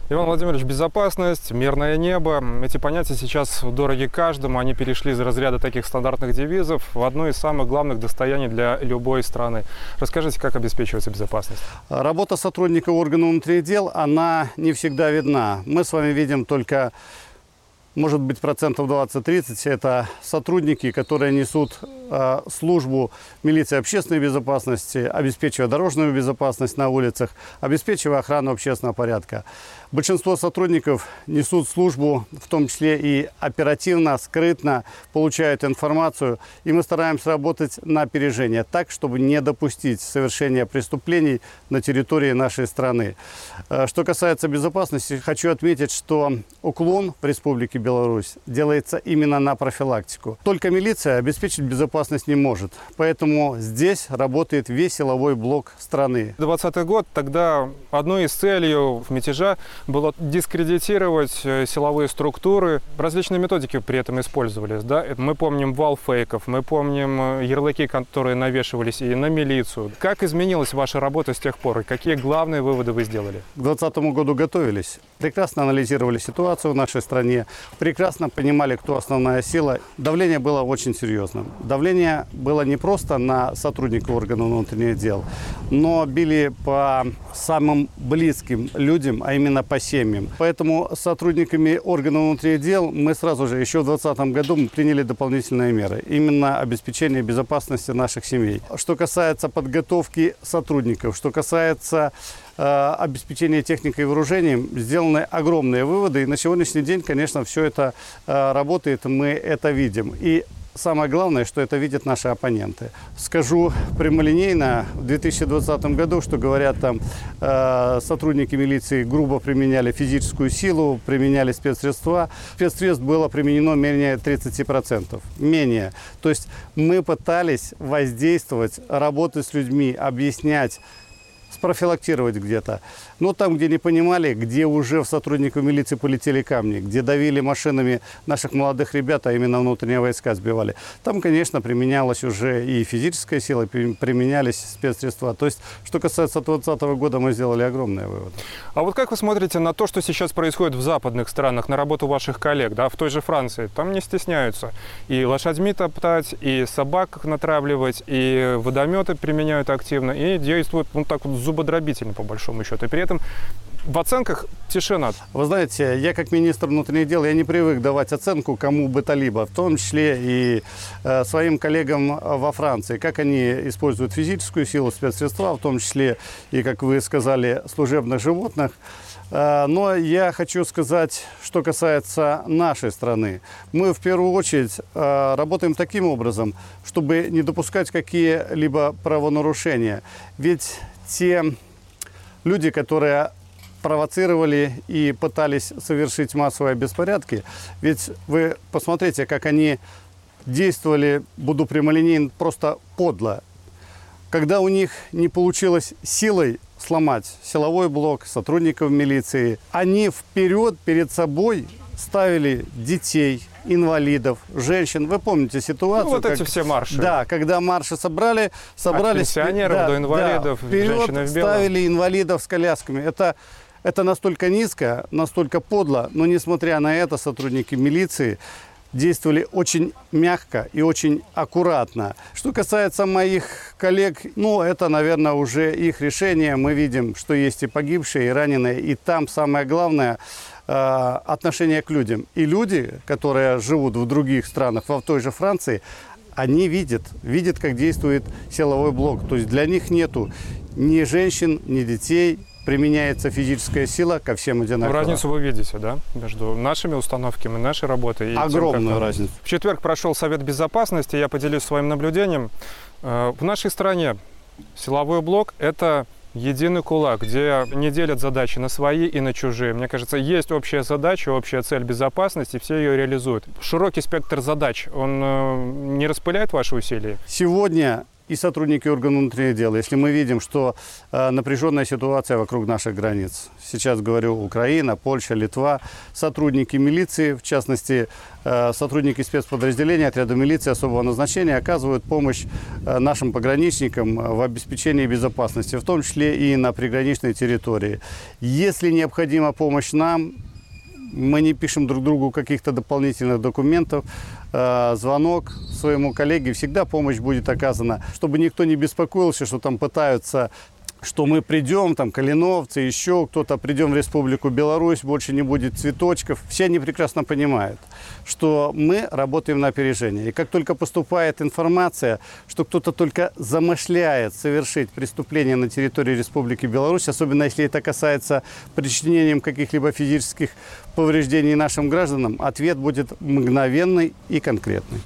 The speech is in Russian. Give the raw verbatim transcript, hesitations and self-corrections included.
Иван Владимирович, безопасность, мирное небо. Эти понятия сейчас дороги каждому. Они перешли из разряда таких стандартных девизов в одно из самых главных достояний для любой страны. Расскажите, как обеспечивается безопасность? Работа сотрудников органов внутренних дел, она не всегда видна. Мы с вами видим только, может быть, процентов двадцать-тридцать. Это сотрудники, которые несут э, службу милиции общественной безопасности, обеспечивая дорожную безопасность на улицах, обеспечивая охрану общественного порядка. Большинство сотрудников несут службу, в том числе и оперативно, скрытно получают информацию. И мы стараемся работать на опережение, так, чтобы не допустить совершения преступлений на территории нашей страны. Что касается безопасности, хочу отметить, что уклон в Республике Беларусь делается именно на профилактику. Только милиция обеспечить безопасность не может. Поэтому здесь работает весь силовой блок страны. двадцатый год, тогда одной из целей мятежа было дискредитировать силовые структуры. Различные методики при этом использовались. Да? Мы помним вал фейков, мы помним ярлыки, которые навешивались и на милицию. Как изменилась ваша работа с тех пор? И какие главные выводы вы сделали? К двадцатому году готовились. Прекрасно анализировали ситуацию в нашей стране. Прекрасно понимали, кто основная сила. Давление было очень серьезным. Давление было не просто на сотрудников органов внутренних дел, но били по самым близким людям, а именно по семьям. Поэтому с сотрудниками органов внутренних дел мы сразу же, еще в двадцатом году, мы приняли дополнительные меры. Именно обеспечение безопасности наших семей. Что касается подготовки сотрудников, что касается э, обеспечения техникой и вооружением, сделаны огромные выводы. И на сегодняшний день, конечно, все это э, работает, мы это видим. И самое главное, что это видят наши оппоненты. Скажу прямолинейно, в две тысячи двадцатом году, что говорят там, э, сотрудники милиции грубо применяли физическую силу, применяли спецсредства. Спецсредств было применено менее тридцати процентов. Менее. То есть мы пытались воздействовать, работать с людьми, объяснять, спрофилактировать где-то. Но там, где не понимали, где уже в сотрудников милиции полетели камни, где давили машинами наших молодых ребят, а именно внутренние войска сбивали, там, конечно, применялась уже и физическая сила, применялись спецсредства. То есть, что касается двадцатого года, мы сделали огромные выводы. А вот как вы смотрите на то, что сейчас происходит в западных странах, на работу ваших коллег, да, в той же Франции? Там не стесняются и лошадьми топтать, и собак натравливать, и водометы применяют активно, и действуют ну, так вот зубодробительно, по большому счету. И при этом в оценках тишина. Вы знаете, я как министр внутренних дел, я не привык давать оценку кому бы то либо, в том числе и э, своим коллегам во Франции, как они используют физическую силу, спецсредства, в том числе и, как вы сказали, служебных животных. Э, но я хочу сказать, что касается нашей страны. Мы в первую очередь э, работаем таким образом, чтобы не допускать какие-либо правонарушения. Ведь те люди, которые провоцировали и пытались совершить массовые беспорядки, ведь вы посмотрите, как они действовали, буду прямолинейен, просто подло. Когда у них не получилось силой сломать силовой блок сотрудников милиции, они вперед перед собой ставили детей, инвалидов, женщин. Вы помните ситуацию? Ну, вот как, эти все марши. Да, когда марши собрали, собрались... От пенсионеров да, до инвалидов, да, женщины в белом. ставили инвалидов с колясками. Это, это настолько низко, настолько подло, но несмотря на это, сотрудники милиции действовали очень мягко и очень аккуратно. Что касается моих коллег, ну, это, наверное, уже их решение. Мы видим, что есть и погибшие, и раненые. И там самое главное – отношение к людям. И люди, которые живут в других странах, во в той же Франции, они видят, видят, как действует силовой блок. То есть для них нету ни женщин, ни детей. Применяется физическая сила ко всем одинаково. Ну, разницу вы видите, да, между нашими установками, нашей работой? И огромную тем, как... разницу. В четверг прошел Совет Безопасности, я поделюсь своим наблюдением. В нашей стране силовой блок – это единый кулак, где не делят задачи на свои и на чужие. Мне кажется, есть общая задача, общая цель безопасности, все ее реализуют. Широкий спектр задач, он не распыляет ваши усилия? Сегодня и сотрудники органов внутренних дел, если мы видим, что э, напряженная ситуация вокруг наших границ, сейчас говорю Украина, Польша, Литва, сотрудники милиции, в частности, э, сотрудники спецподразделения отряда милиции особого назначения оказывают помощь э, нашим пограничникам в обеспечении безопасности, в том числе и на приграничной территории. Если необходима помощь нам, мы не пишем друг другу каких-то дополнительных документов, звонок своему коллеге, всегда помощь будет оказана, чтобы никто не беспокоился, что там пытаются, что мы придем, там, калиновцы, еще кто-то, придем в Республику Беларусь, больше не будет цветочков. Все они прекрасно понимают, что мы работаем на опережение. И как только поступает информация, что кто-то только замышляет совершить преступление на территории Республики Беларусь, особенно если это касается причинения каких-либо физических повреждений нашим гражданам, ответ будет мгновенный и конкретный.